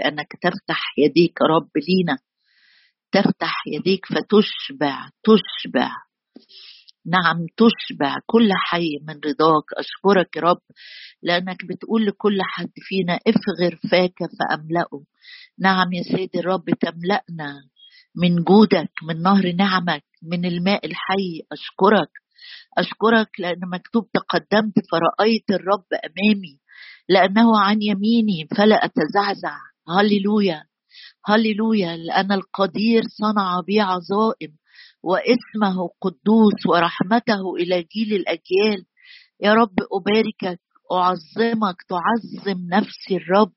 أنك تفتح يديك يا رب لينا، تفتح يديك فتشبع تشبع، نعم تشبع كل حي من رضاك. أشكرك يا رب لأنك بتقول لكل حد فينا افغر فاك فأملأه. نعم يا سيدي الرب، تملأنا من جودك، من نهر نعمك، من الماء الحي. أشكرك أشكرك لأن مكتوب تقدمت فرأيت الرب أمامي، لأنه عن يميني فلا أتزعزع. هللويا هللويا، لأن القدير صنع بي عظائم، واسمه قدوس، ورحمته إلى جيل الأجيال. يا رب أباركك، أعظمك، تعظم نفسي الرب،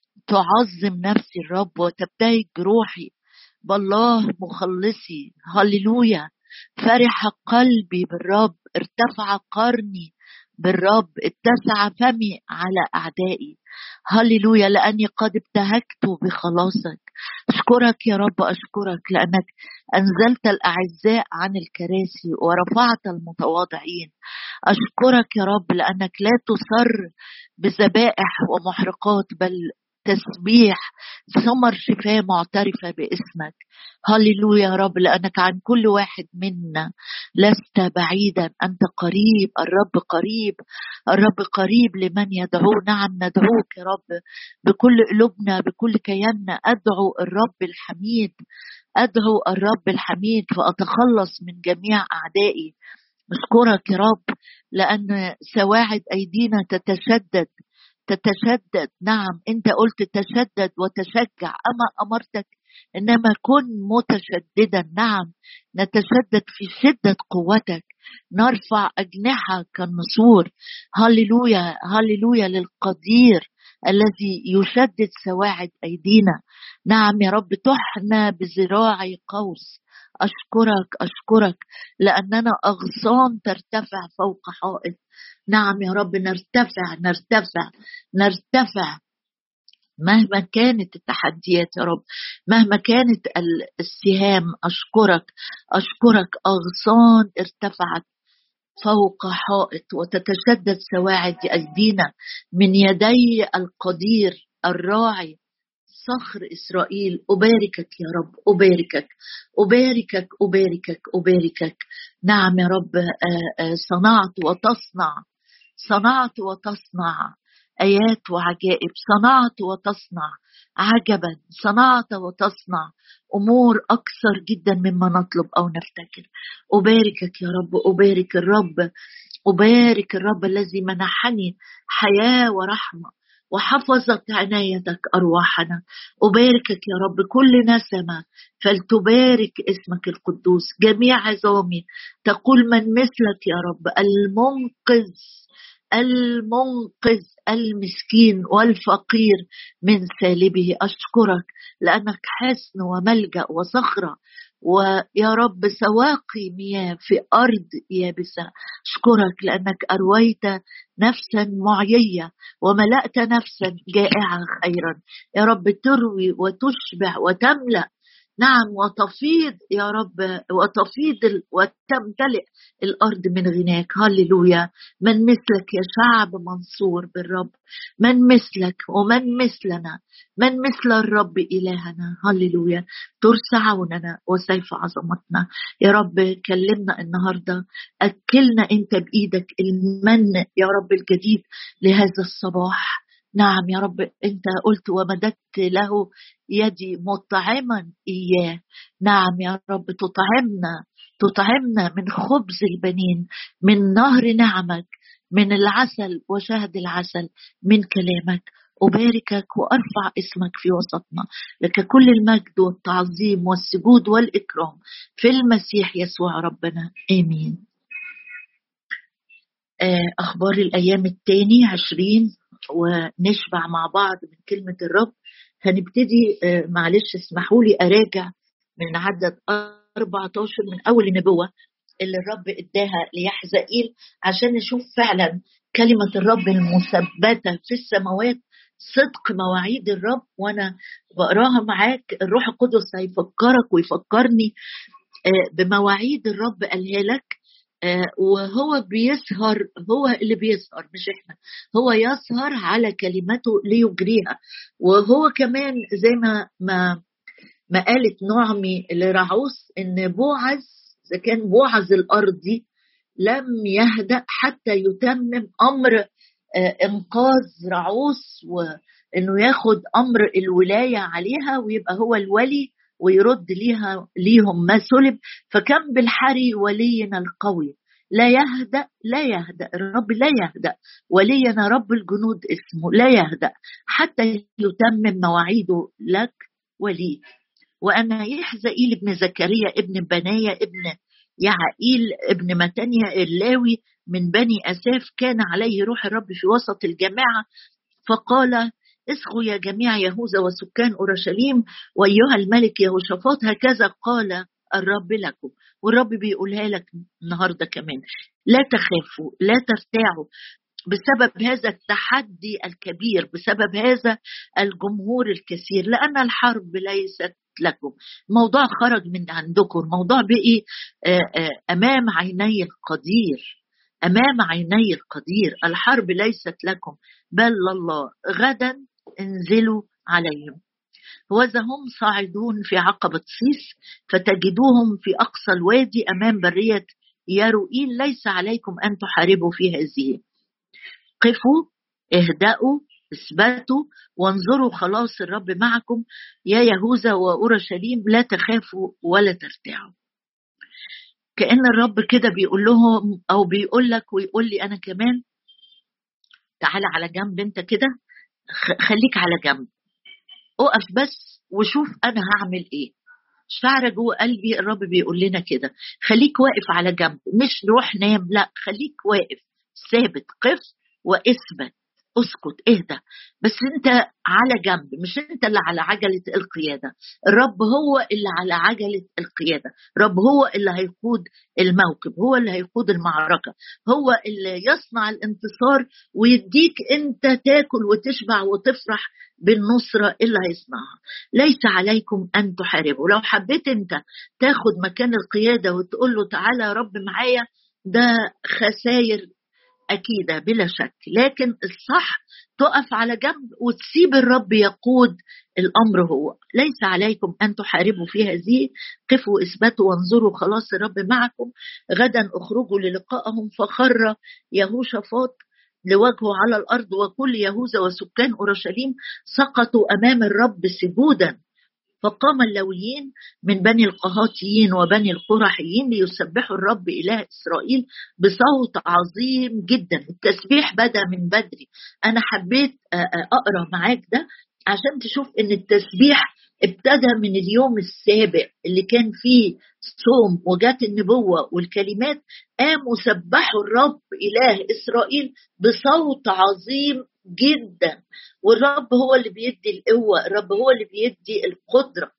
تعظم نفسي الرب، وتبتهج روحي بالله مخلصي. هللويا، فرح قلبي بالرب، ارتفع قرني بالرب، اتسع فمي على أعدائي. هللويا، لأني قد ابتهجت بخلاصك. أشكرك يا رب، أشكرك لأنك أنزلت الأعزاء عن الكراسي ورفعت المتواضعين. أشكرك يا رب لأنك لا تصر بذبائح ومحرقات، بل تسبيح، ثمر شفاء معترفة باسمك. هللويا يا رب، لأنك عن كل واحد منا لست بعيدا، أنت قريب. الرب قريب، الرب قريب لمن يدعوه. نعم ندعوك يا رب بكل قلوبنا، بكل كياننا. أدعو الرب الحميد، أدعو الرب الحميد فأتخلص من جميع أعدائي. أشكرك يا رب لأن سواعد أيدينا تتشدد تتشدد. نعم أنت قلت تشدد وتشجع، أما أمرتك إنما كن متشددا. نعم نتشدد في شدة قوتك، نرفع أجنحة كالنسور. هللويا هللويا للقدير الذي يشدد سواعد أيدينا. نعم يا رب، تحنى بذراعي قوس. أشكرك أشكرك لأننا أغصان ترتفع فوق حائط. نعم يا رب، نرتفع نرتفع نرتفع مهما كانت التحديات يا رب، مهما كانت السهام. أشكرك أشكرك، أغصان ارتفعت فوق حائط، وتتشدد سواعد أيدينا من يدي القدير الراعي صخر إسرائيل. أباركك يا رب، أباركك أباركك أباركك أباركك. نعم يا رب، صنعت وتصنع، صنعت وتصنع آيات وعجائب، صنعت وتصنع عجبا، صنعت وتصنع أمور أكثر جدا مما نطلب أو نفتكر. أباركك يا رب، أبارك الرب، أبارك الرب الذي منحني حياة ورحمة وحفظت عنايتك أرواحنا. أباركك يا رب، كل نسمة فلتبارك اسمك القدوس. جميع عظامي تقول من مثلك يا رب، المنقذ المنقذ المسكين والفقير من سالبه. أشكرك لأنك حصن وملجأ وصخرة، ويا رب سواقي مياه في أرض يابسة. أشكرك لأنك أرويت نفسا معيية وملأت نفسا جائعة خيرا. يا رب تروي وتشبع وتملأ، نعم وتفيض يا رب، وتمتلئ الأرض من غناك. هللويا، من مثلك يا شعب منصور بالرب، من مثلك ومن مثلنا، من مثل الرب إلهنا. هللويا، ترس عوننا وسيف عظمتنا. يا رب كلمنا النهاردة، أكلنا أنت بإيدك المن يا رب الجديد لهذا الصباح. نعم يا رب، أنت قلت ومددت له يدي مطعما إياه. نعم يا رب، تطعمنا من خبز البنين، من نهر نعمك، من العسل وشهد العسل من كلامك. أباركك وأرفع اسمك في وسطنا، لك كل المجد والتعظيم والسجود والإكرام في المسيح يسوع ربنا، آمين. أخبار الأيام التاني 20، ونشبع مع بعض من كلمة الرب. هنبتدي معلش اسمحوا لي أراجع من عدد 14 من أول النبوة اللي الرب إداها ليحزقيل، عشان نشوف فعلا كلمة الرب المثبتة في السماوات، صدق مواعيد الرب. وأنا بقراها معاك الروح القدس هيفكرك ويفكرني بمواعيد الرب قالها لك. وهو بيسهر، هو اللي بيسهر مش احنا، هو يسهر على كلمته ليجريها. وهو كمان زي ما قالت نعمي لرعوس ان بوعز، اذا كان بوعز الارضي لم يهدأ حتى يتمم امر انقاذ رعوس، وانه ياخد امر الولايه عليها ويبقى هو الولي ويرد ليهم ما سلب. فكم بالحري ولينا القوي لا يهدأ، لا يهدأ الرب، لا يهدأ ولينا رب الجنود اسمه، لا يهدأ حتى يتمم مواعيده لك ولي. وأنا يحزئيل ابن زكريا ابن بنايا ابن يعقيل ابن متانيا اللاوي من بني أساف كان عليه روح الرب في وسط الجماعة فقال: اصغوا يا جميع يهوذا وسكان أورشليم وأيها الملك يهوشافاط، هكذا قال الرب لكم. والرب بيقولها لك النهارده كمان: لا تخافوا، لا ترتاعوا بسبب هذا التحدي الكبير، بسبب هذا الجمهور الكثير، لأن الحرب ليست لكم. موضوع خرج من عندكم، الموضوع بقي أمام عيني القدير، أمام عيني القدير. الحرب ليست لكم بل الله، غدا انزلوا عليهم. وإذا هم صاعدون في عقبة سيس فتجدوهم في أقصى الوادي أمام برية يروئيل، ليس عليكم أن تحاربوا في هذه. قفوا، اهدأوا، اثبتوا وانظروا خلاص الرب معكم يا يهوذا وأورشليم، لا تخافوا ولا ترتاعوا. كأن الرب كده بيقول لهم أو بيقول لك ويقول لي أنا كمان: تعال على جنب انت كده، خليك على جنب، اقف بس وشوف أنا هعمل إيه. شعر جوه قلبي الرب بيقول لنا كده: خليك واقف على جنب، مش روح نام، لا، خليك واقف ثابت، قف واثبت، اسكت، اهدى، بس انت على جنب، مش انت اللي على عجلة القيادة. الرب هو اللي على عجلة القيادة، الرب هو اللي هيقود الموكب، هو اللي هيقود المعركة، هو اللي يصنع الانتصار ويديك انت تاكل وتشبع وتفرح بالنصرة اللي هيصنعها. ليس عليكم أن تحاربوا. لو حبيت انت تاخد مكان القيادة وتقول له تعالى يا رب معايا، ده خسائر أكيدة بلا شك، لكن الصح تقف على جنب وتسيب الرب يقود الأمر. هو ليس عليكم أن تحاربوا في هذه، قفوا اثبتوا وانظروا خلاص الرب معكم، غدا اخرجوا للقائهم. فخر يهوشافاط لوجهه على الأرض وكل يهوذا وسكان أورشليم سقطوا أمام الرب سجودا. فقام اللويين من بني القهاتيين وبني القرحيين ليسبحوا الرب إله إسرائيل بصوت عظيم جدا. التسبيح بدأ من بدري. أنا حبيت أقرأ معاك ده عشان تشوف إن التسبيح ابتدى من اليوم السابع اللي كان فيه صوم وجات النبوة والكلمات، قاموا سبحوا الرب إله إسرائيل بصوت عظيم جدا. والرب هو اللي بيدي القوة، الرب هو اللي بيدي القدرة.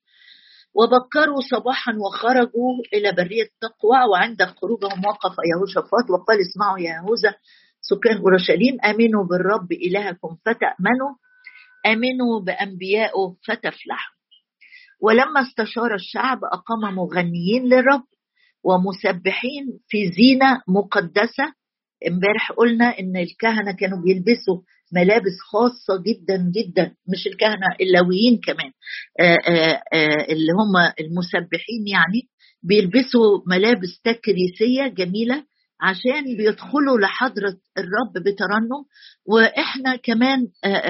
وبكروا صباحا وخرجوا إلى برية تقوى، وعند خروجهم وقف يهوشافاط وقال: اسمعوا يا يهوذا سكان أورشليم، آمنوا بالرب إلهكم فتأمنوا، آمنوا بأنبيائه فتفلحوا. ولما استشار الشعب أقام مغنيين للرب ومسبحين في زينة مقدسة. امبارح قلنا ان الكهنة كانوا بيلبسوا ملابس خاصة جدا جدا، مش الكهنة اللاويين كمان، اللي هم المسبحين يعني بيلبسوا ملابس تكريسية جميلة عشان بيدخلوا لحضرة الرب بترنم. واحنا كمان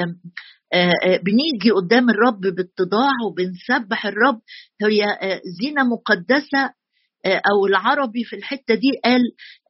بنيجي قدام الرب باتضاع وبنسبح الرب. هي زينة مقدسة، أو العربي في الحتة دي قال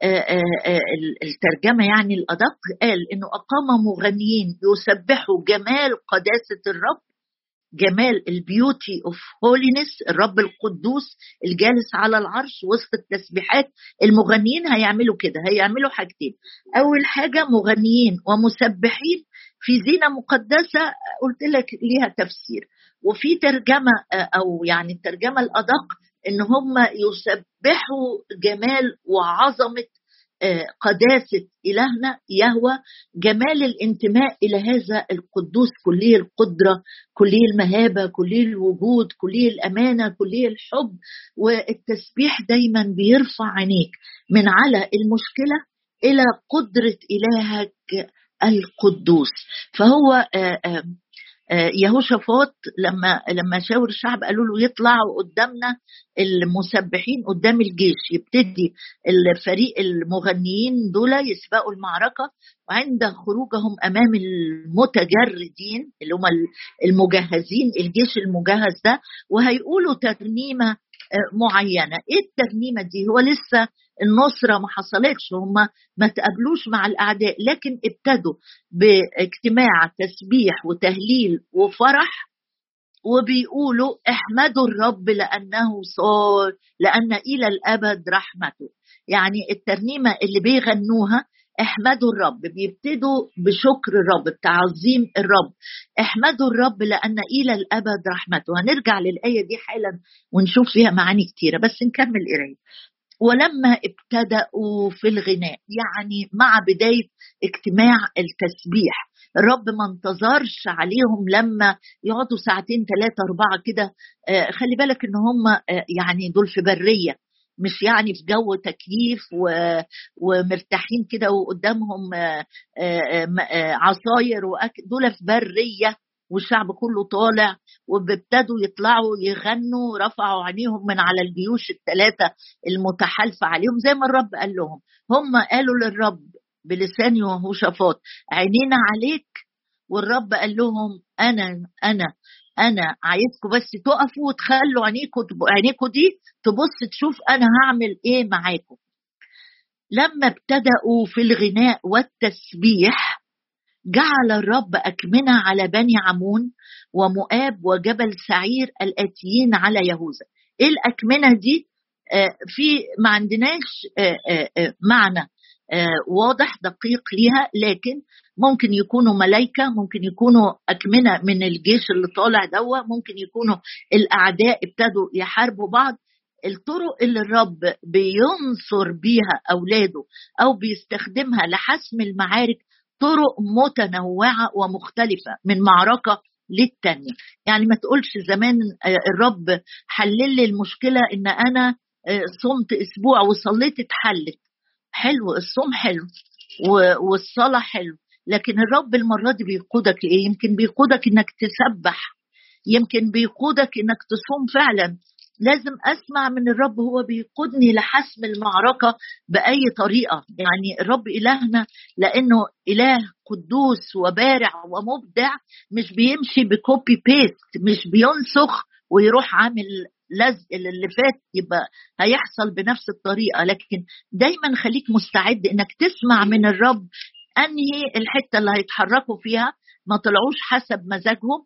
الترجمة يعني الأدق قال إنه أقام مغنيين يسبحوا جمال قداسة الرب، جمال البيوتي اوف هولينس، الرب القدوس الجالس على العرش وسط التسبيحات. المغنيين هيعملوا كده، هيعملوا حاجتين: أول حاجة مغنيين ومسبحين في زينة مقدسة، قلت لك ليها تفسير، وفي ترجمة أو يعني الترجمة الأدق إن هم يسبحوا جمال وعظمة قداسة إلهنا يهوى، جمال الانتماء إلى هذا القدوس كلي القدرة، كلي المهابة، كلي الوجود، كلي الأمانة، كلي الحب. والتسبيح دايما بيرفع عينيك من على المشكلة إلى قدرة إلهك القدوس. فهو يهوشافاط لما شاور الشعب قالوا له يطلعوا قدامنا المسبحين قدام الجيش، يبتدي الفريق المغنيين دول يسبقوا المعركة، وعند خروجهم أمام المتجردين اللي هم المجهزين، الجيش المجهز ده، وهيقولوا ترنيمة معينة. ايه الترنيمة دي؟ هو لسه النصرة ما حصلتش، هم ما تقابلوش مع الأعداء، لكن ابتدوا باجتماع تسبيح وتهليل وفرح، وبيقولوا احمدوا الرب لأنه صار، لأن إلى الأبد رحمته. يعني الترنيمة اللي بيغنوها احمدوا الرب، بيبتدوا بشكر الرب، بتعظيم الرب. احمدوا الرب لأن إلى الأبد رحمته. هنرجع للآية دي حالا ونشوف فيها معاني كتيرة، بس نكمل قراية. ولما ابتدأوا في الغناء، يعني مع بداية اجتماع التسبيح، الرب ما انتظرش عليهم لما يقعدوا ساعتين 3 4 كده. خلي بالك ان هم يعني دول في برية، مش يعني في جو تكييف ومرتاحين كده وقدامهم عصاير وأكل. دول في برية والشعب كله طالع، وابتدوا يطلعوا يغنوا، رفعوا عينيهم من على الجيوش ال3 المتحالفة عليهم زي ما الرب قال لهم. هم قالوا للرب بلسان يهوشافاط عينينا عليك، والرب قال لهم أنا عايزكم بس تقفوا وتخلوا عينيكم دي تبص تشوف أنا هعمل إيه معاكم. لما ابتدأوا في الغناء والتسبيح جعل الرب أكمنة على بني عمون ومؤاب وجبل سعير الآتيين على يهوذا. إيه الأكمنة دي؟ في ما عندناش معنى واضح دقيق ليها، لكن ممكن يكونوا ملايكة، ممكن يكونوا أكمنة من الجيش اللي طالع دوا، ممكن يكونوا الأعداء ابتدوا يحاربوا بعض. الطرق اللي الرب بينصر بيها أولاده أو بيستخدمها لحسم المعارك طرق متنوعة ومختلفة من معركة للتانية. يعني ما تقولش زمان الرب حلل لي المشكلة إن أنا صمت أسبوع وصليت اتحلت. حلو، الصوم حلو والصلاة حلو، لكن الرب المرة دي بيقودك لإيه؟ يمكن بيقودك إنك تسبح، يمكن بيقودك إنك تصوم فعلا. لازم أسمع من الرب، هو بيقودني لحسم المعركة بأي طريقة. يعني الرب إلهنا لأنه إله قدوس وبارع ومبدع، مش بيمشي بكوبي بيست، مش بينسخ ويروح عامل لزق اللي فات يبقى هيحصل بنفس الطريقة. لكن دايما خليك مستعد إنك تسمع من الرب أنهي الحتة اللي هيتحركوا فيها، ما طلعوش حسب مزاجهم.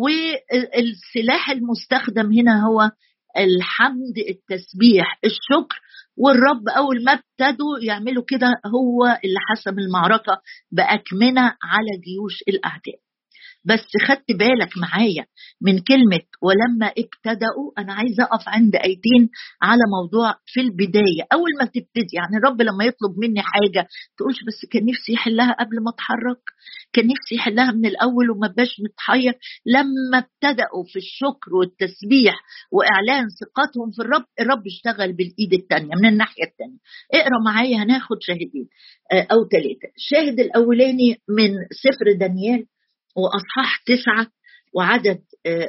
والسلاح المستخدم هنا هو الحمد، التسبيح، الشكر. والرب أول ما ابتدوا يعملوا كده هو اللي حسم المعركة بأكمنة على جيوش الأعداء. بس خدت بالك معايا من كلمة ولما ابتدأوا؟ أنا عايزة أقف عند آيتين على موضوع في البداية. أول ما تبتدي، يعني الرب لما يطلب مني حاجة تقولش بس كان نفسي يحلها قبل ما اتحرك، كان نفسي يحلها من الأول وما باش متحير. لما ابتدأوا في الشكر والتسبيح وإعلان ثقتهم في الرب اشتغل بالإيد التانية من الناحية التانية. اقرأ معايا، هناخد شاهدين أو 3. الشاهد الأولاني من سفر دانيال وأصحاح 9 وعدد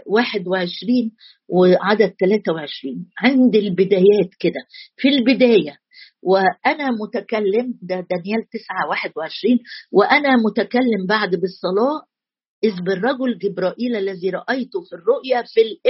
21 وعدد 23. عند البدايات كده، في البداية وأنا متكلم، ده دانيال 9:21، وأنا متكلم بعد بالصلاة إذ بالرجل جبرائيل الذي رأيته في الرؤيا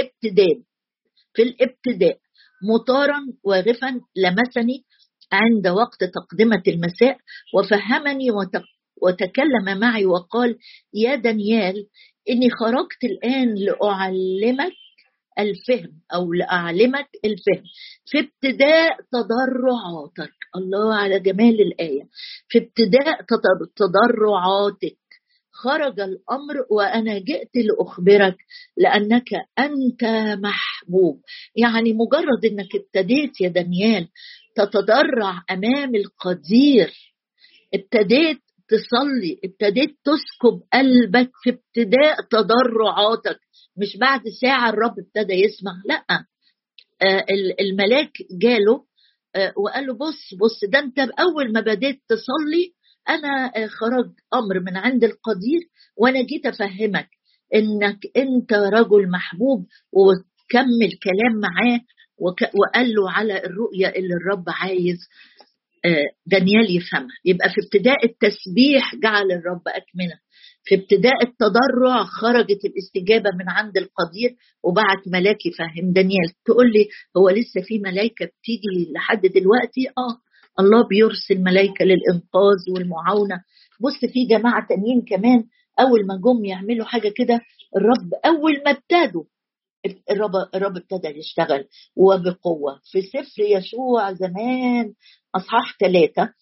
في الابتداء مطارا واغفا لمسني عند وقت تقدمة المساء وفهمني وتكلم معي وقال يا دانيال إني خرجت الآن لأعلمك الفهم أو لأعلمك الفهم في ابتداء تضرعاتك. الله على جمال الآية. في ابتداء تضرعاتك خرج الأمر وأنا جئت لأخبرك لأنك أنت محبوب. يعني مجرد أنك ابتديت يا دانيال تتضرع أمام القدير، ابتديت تصلي، ابتديت تسكب قلبك في ابتداء تضرعاتك، مش بعد ساعة الرب ابتدى يسمع، لا. الملاك جاله وقال له بص ده انت اول ما بديت تصلي انا خرج امر من عند القدير، وانا جيت افهمك انك انت رجل محبوب، وكمل كلام معاه وقال له على الرؤية اللي الرب عايز دانيال يفهمها. يبقى في ابتداء التسبيح جعل الرب أكمنة، في ابتداء التضرع خرجت الاستجابة من عند القدير وبعت ملاك يفهم دانيال. تقول لي هو لسه في ملايكة بتيجي لحد دلوقتي؟ الله بيرسل ملايكة للإنقاذ والمعاونة. بص في جماعة تانيين كمان أول ما جم يعملوا حاجة كده، الرب أول ما ابتدوا الرب ابتدى يشتغل وبقوة. في سفر يشوع زمان أصحاح 3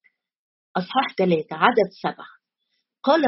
عدد 7، قال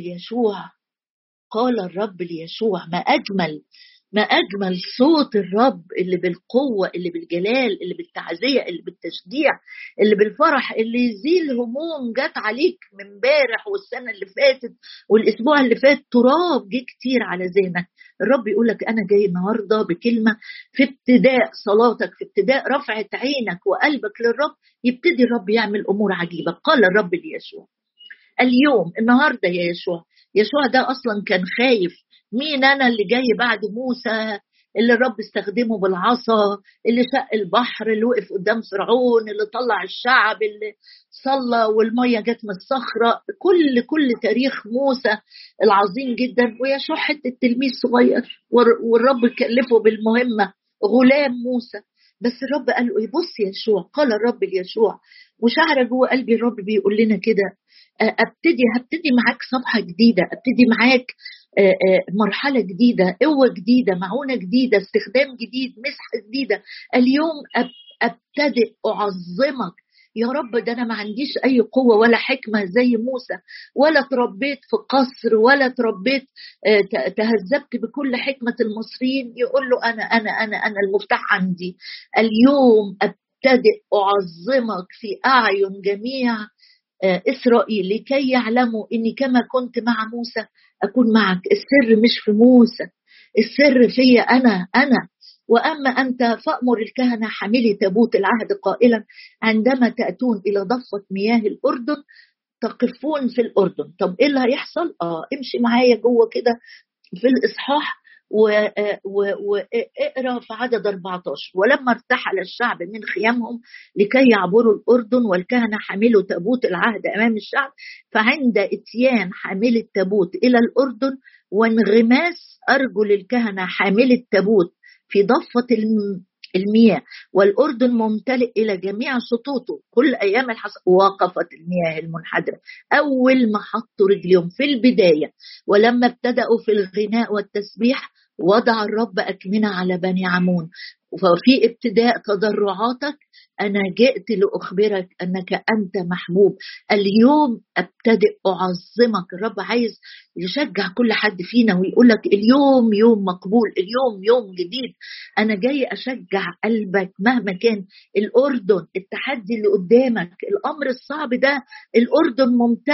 الرب ليشوع ما أجمل صوت الرب اللي بالقوة، اللي بالجلال، اللي بالتعزية، اللي بالتشجيع، اللي بالفرح، اللي يزيل هموم جات عليك من امبارح والسنة اللي فاتت والأسبوع اللي فات، تراب جه كتير على ذهنك. الرب يقولك أنا جاي النهاردة بكلمة في ابتداء صلاتك، في ابتداء رفعة عينك وقلبك للرب، يبتدي الرب يعمل أمور عجيبة. قال الرب ليشوع اليوم النهاردة يا يشوع ده أصلا كان خايف، مين أنا اللي جاي بعد موسى اللي الرب استخدمه بالعصا، اللي شق البحر، اللي وقف قدام فرعون، اللي طلع الشعب، اللي صلى والمية جت من الصخرة، كل تاريخ موسى العظيم جدا، ويشوع حتة تلميذ صغير والرب كلفه بالمهمة، غلام موسى. بس الرب قال له بص يا يشوع، قال الرب ليشوع، وشعر جوه قلبي الرب بيقول لنا كده، هبتدي معاك صفحة جديدة، ابتدي معاك مرحلة جديدة، قوة جديدة، معونة جديدة، استخدام جديد، مسحة جديدة. اليوم ابتدئ أعظمك يا رب. ده أنا ما عنديش أي قوة ولا حكمة زي موسى، ولا تربيت في قصر، ولا تربيت تهذبت بكل حكمة المصريين. يقول له أنا المفتاح عندي. اليوم ابتدئ أعظمك في أعين جميع إسرائيل لكي يعلموا إني كما كنت مع موسى أكون معك. السر مش في موسى، السر فيا أنا. وأما أنت فأمر الكهنة حاملي تابوت العهد قائلا عندما تأتون إلى ضفة مياه الأردن تقفون في الأردن. طب إيه اللي هيحصل؟ امشي معايا جوه كده في الإصحاح واقرأ في عدد 14. ولما ارتحل الشعب من خيامهم لكي يعبروا الأردن والكهنة حملوا تابوت العهد أمام الشعب، فعند اتيان حامل التابوت إلى الأردن وانغماس أرجل الكهنة حامل التابوت في ضفة المياه والأردن ممتلئ إلى جميع شطوطه كل أيام الحصاد، وقفت المياه المنحدرة أول ما حطوا رجلهم في البداية. ولما ابتدأوا في الغناء والتسبيح وضع الرب أكمنة على بني عمون. وفي ابتداء تضرعاتك أنا جئت لأخبرك أنك أنت محبوب. اليوم أبتدئ أعظمك. الرب عايز يشجع كل حد فينا ويقولك اليوم يوم مقبول، اليوم يوم جديد. أنا جاي أشجع قلبك مهما كان الأردن، التحدي اللي قدامك، الأمر الصعب ده. الأردن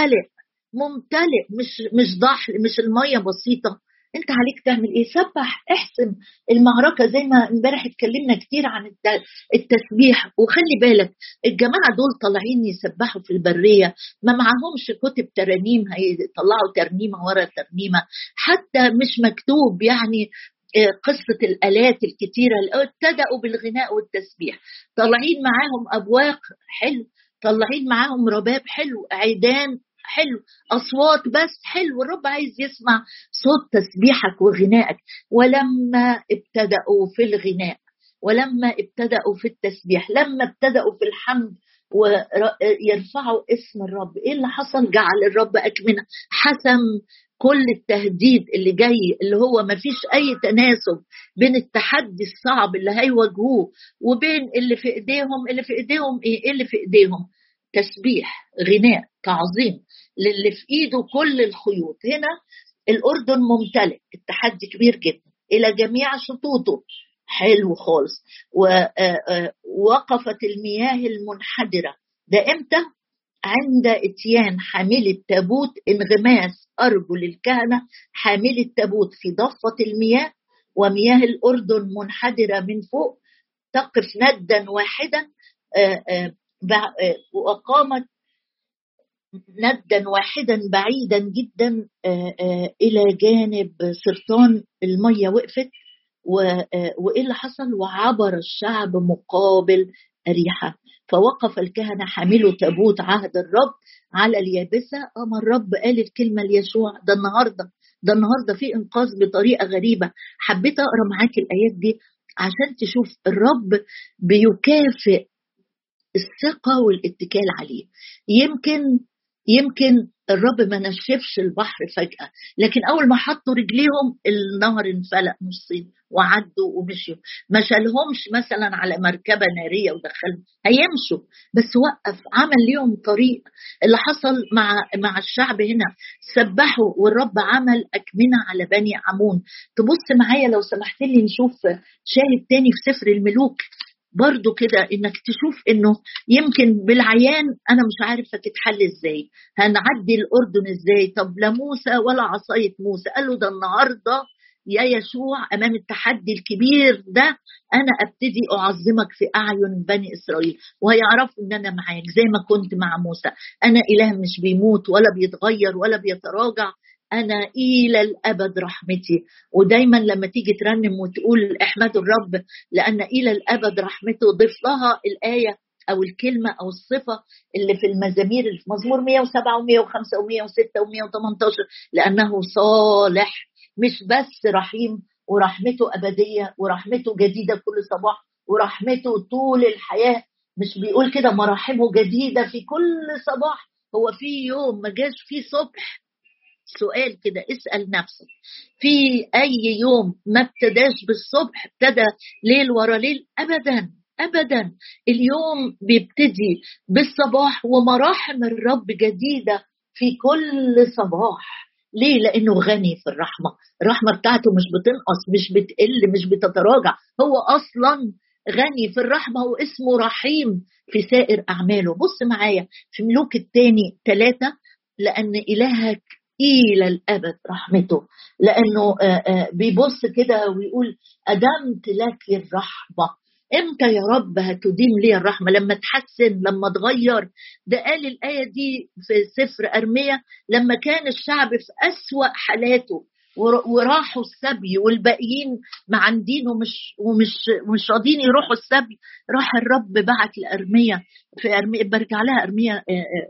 ممتلئ، مش ضحل، مش المية بسيطة. انت عليك تعمل ايه؟ سبح، احسم المعركة. زي ما امبارح اتكلمنا كتير عن التسبيح. وخلي بالك الجماعة دول طالعين يسبحوا في البرية، ما معهمش كتب ترانيم هيطلعوا ترنيمة ورا ترنيمة، حتى مش مكتوب يعني قصة الآلات الكتيرة. ابتدأوا بالغناء والتسبيح، طالعين معاهم أبواق حلو، طالعين معاهم رباب حلو، عيدان حلو، أصوات بس حلو. الرب عايز يسمع صوت تسبيحك وغنائك. ولما ابتدأوا في الغناء، ولما ابتدأوا في التسبيح، لما ابتدأوا في الحمد ويرفعوا اسم الرب، ايه اللي حصل؟ جعل الرب أكمنة، حسم كل التهديد اللي جاي، اللي هو ما فيش أي تناسب بين التحدي الصعب اللي هيواجهوه وبين اللي في إيديهم. إيه اللي في إيديهم؟ تسبيح، غناء، تعظيم للي في إيده كل الخيوط. هنا الأردن ممتلئ، التحدي كبير جدا إلى جميع شطوطه حلو خالص. ووقفت المياه المنحدرة، ده امتى؟ عند اتيان حامل التابوت، انغماس أرجل الكهنة حامل التابوت في ضفة المياه، ومياه الأردن منحدرة من فوق تقف ندا واحدا. وقامت ندا واحدا بعيدا جدا إلى جانب سرطان المية، وقفت. وإيه اللي حصل؟ وعبر الشعب مقابل أريحة، فوقف الكهنة حاملوا تابوت عهد الرب على اليابسة. أما الرب قال الكلمة ليشوع. ده النهاردة في إنقاذ بطريقة غريبة. حبيت أقرأ معاك الآيات دي عشان تشوف الرب بيكافئ الثقة والاتكال عليه. يمكن الرب ما نشفش البحر فجأة، لكن أول ما حطوا رجليهم النهر انفلق نصين وعدوا ومشيوا. ما شالهمش مثلا على مركبة نارية ودخلهم، هيمشوا بس وقف، عمل ليهم طريق. اللي حصل مع الشعب هنا، سبحوا والرب عمل أكمنة على بني عمون. تبص معايا لو سمحت لي نشوف شاهد تاني في سفر الملوك برضو كده، انك تشوف انه يمكن بالعيان انا مش عارفه تتحل ازاي، هنعدي الاردن ازاي؟ طب لا موسى ولا عصايه موسى. قالوا ده النهارده يا يشوع امام التحدي الكبير ده انا ابتدي اعظمك في اعين بني اسرائيل، وهيعرفوا ان انا معاك زي ما كنت مع موسى. انا اله مش بيموت ولا بيتغير ولا بيتراجع، أنا إلى الأبد رحمتي. ودايما لما تيجي ترنم وتقول احمدوا الرب لأن إلى الأبد رحمته، ضيف لها الآية أو الكلمة أو الصفة اللي في المزامير، اللي في مزمور 107 و105 و106 و118، لأنه صالح. مش بس رحيم، ورحمته أبدية، ورحمته جديدة كل صباح، ورحمته طول الحياة. مش بيقول كده مراحمه جديدة في كل صباح؟ هو في يوم ما جاش فيه صبح؟ سؤال كده اسأل نفسك، في أي يوم ما ابتداش بالصبح ابتدى ليل ورا ليل؟ أبدا أبدا. اليوم بيبتدي بالصباح، ومراحم الرب جديدة في كل صباح. ليه؟ لأنه غني في الرحمة. الرحمة بتاعته مش بتنقص، مش بتقل، مش بتتراجع. هو أصلا غني في الرحمة واسمه رحيم في سائر أعماله. بص معايا في ملوك الثاني 3، لأن إلهك إلى الأبد رحمته. لأنه بيبص كده ويقول أدمت لك الرحمة. إمتى يا رب هتديم لي الرحمة؟ لما تحسن، لما تغير. ده قال الآية دي في سفر أرميا لما كان الشعب في أسوأ حالاته وراحوا السبي، والباقيين معندين ومش راضين يروحوا السبي. راح الرب بعت لأرميا، في أرميا برجع لها أرميا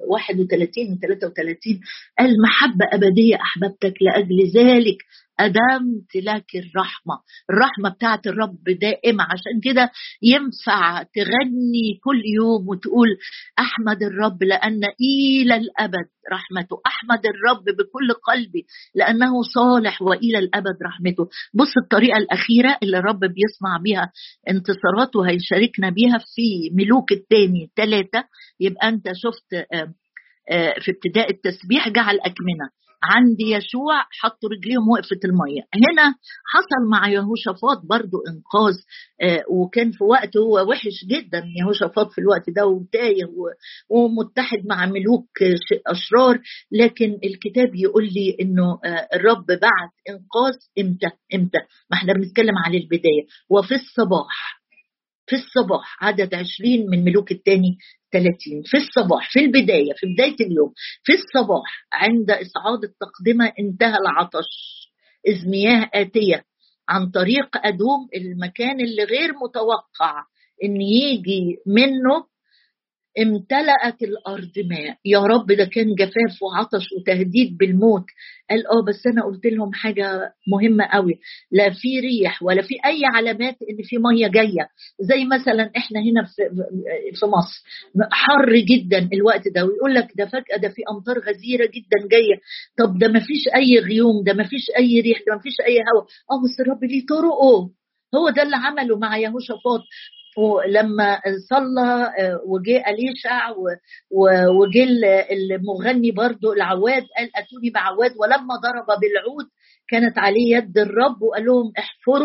31 33، قال محبة أبدية أحببتك لأجل ذلك أدمت لك الرحمة. الرحمة بتاعت الرب دائمة. عشان كده ينفع تغني كل يوم وتقول أحمد الرب لأن إلى الأبد رحمته، أحمد الرب بكل قلبي لأنه صالح وإلى الأبد رحمته. بص الطريقة الأخيرة اللي الرب بيصنع بها انتصاراته هيشاركنا بيها في ملوك الثاني 3. يبقى أنت شفت في ابتداء التسبيح جعل أكمنة عند يشوع، حطوا رجليهم وقفت المية. هنا حصل مع يهوشافاط برضو إنقاذ، وكان في وقت هو وحش جدا يهوشافاط في الوقت ده وتايه ومتحد مع ملوك أشرار. لكن الكتاب يقول لي إنه الرب بعت إنقاذ إمتى؟ ما احنا بنتكلم عن البداية. وفي الصباح عدد 20 من ملوك الثاني 30، في الصباح، في البداية، في بداية اليوم، في الصباح عند إصعاد التقدمة انتهى العطش، إذ مياه آتية عن طريق أدوم، المكان اللي غير متوقع إن يجي منه، امتلأت الأرض ماء. يا رب ده كان جفاف وعطش وتهديد بالموت. قال بس أنا قلت لهم حاجة مهمة قوي، لا في ريح ولا في أي علامات إن في مية جاية. زي مثلا إحنا هنا في مصر حر جدا الوقت ده، ويقول لك ده فجأة ده في أمطار غزيرة جدا جاية. طب ده ما فيش أي غيوم، ده ما فيش أي ريح، ده ما فيش أي هواء. بس الرب ليه طرقه. هو ده اللي عمله مع يهوشافاط. ولما صلى وجاء أليشع وجاء المغني برضو العواد، قال أتوني بعواد، ولما ضرب بالعود كانت عليه يد الرب وقال لهم احفروا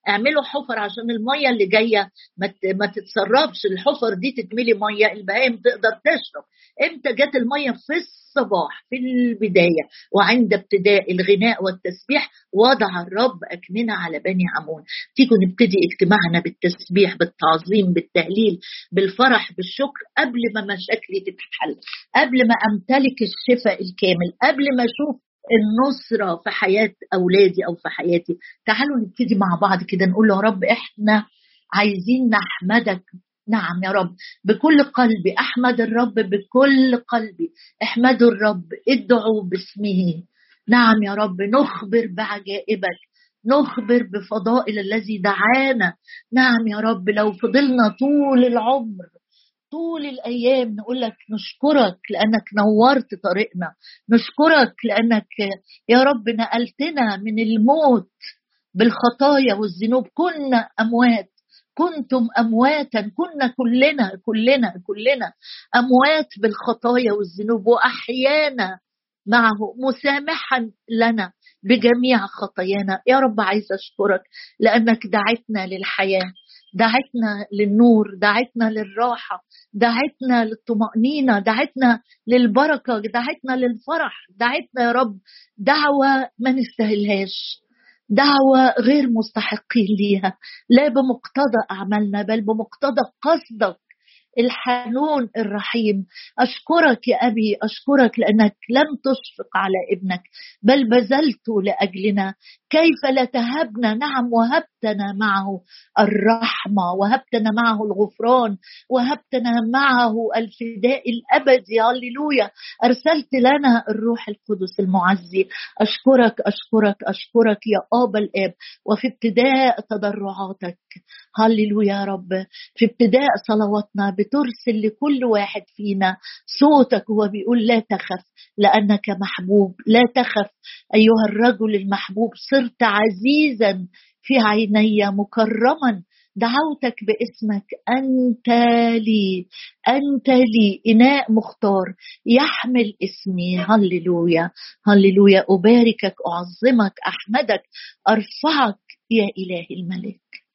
اعملوا حفر عشان المية اللي جاية ما تتسربش، الحفر دي تتملي مية البهائم تقدر تشرب. امتى جت المية؟ في الصباح، في البداية، وعند ابتداء الغناء والتسبيح وضع الرب أكمنة على بني عمون. تيجوا نبتدي اجتماعنا بالتسبيح، بالتعظيم، بالتهليل، بالفرح، بالشكر، قبل ما مشاكلي تتحل، قبل ما أمتلك الشفاء الكامل، قبل ما أشوف النصرة في حياة أولادي أو في حياتي. تعالوا نبتدي مع بعض كده نقول له يا رب إحنا عايزين نحمدك. نعم يا رب، بكل قلبي أحمد الرب، بكل قلبي احمدوا الرب، ادعوا باسمه. نعم يا رب، نخبر بعجائبك، نخبر بفضائل الذي دعانا. نعم يا رب، لو فضلنا طول العمر، طول الأيام نقول لك نشكرك لأنك نورت طريقنا، نشكرك لأنك يا رب نقلتنا من الموت بالخطايا والذنوب. كنا أموات، كنتم أمواتا، كنا كلنا أموات بالخطايا والذنوب، وأحيانا معه مسامحا لنا بجميع خطايانا. يا رب عايز أشكرك لأنك دعتنا للحياة، دعتنا للنور، دعتنا للراحة، دعتنا للطمأنينة، دعتنا للبركة، دعتنا للفرح، دعتنا يا رب دعوة ما نستاهلهاش، دعوة غير مستحقين ليها، لا بمقتضى أعمالنا بل بمقتضى قصدك الحنون الرحيم. أشكرك يا أبي، أشكرك لأنك لم تشفق على ابنك بل بذلته لأجلنا. كيف لا تهبنا؟ نعم، وهبتنا معه الرحمة، وهبتنا معه الغفران، وهبتنا معه الفداء الأبدي. هللويا، أرسلت لنا الروح القدس المعزي. أشكرك أشكرك أشكرك يا آبا الآب. وفي ابتداء تضرعاتك هللويا يا رب، في ابتداء صلواتنا بترسل لكل واحد فينا صوتك وهو بيقول لا تخف لأنك محبوب، لا تخف أيها الرجل المحبوب، صرت عزيزا في عيني، مكرما. دعوتك باسمك، أنت لي، أنت لي إناء مختار يحمل اسمي. هللويا هللويا، أباركك، أعظمك، أحمدك، أرفعك يا إله الملك.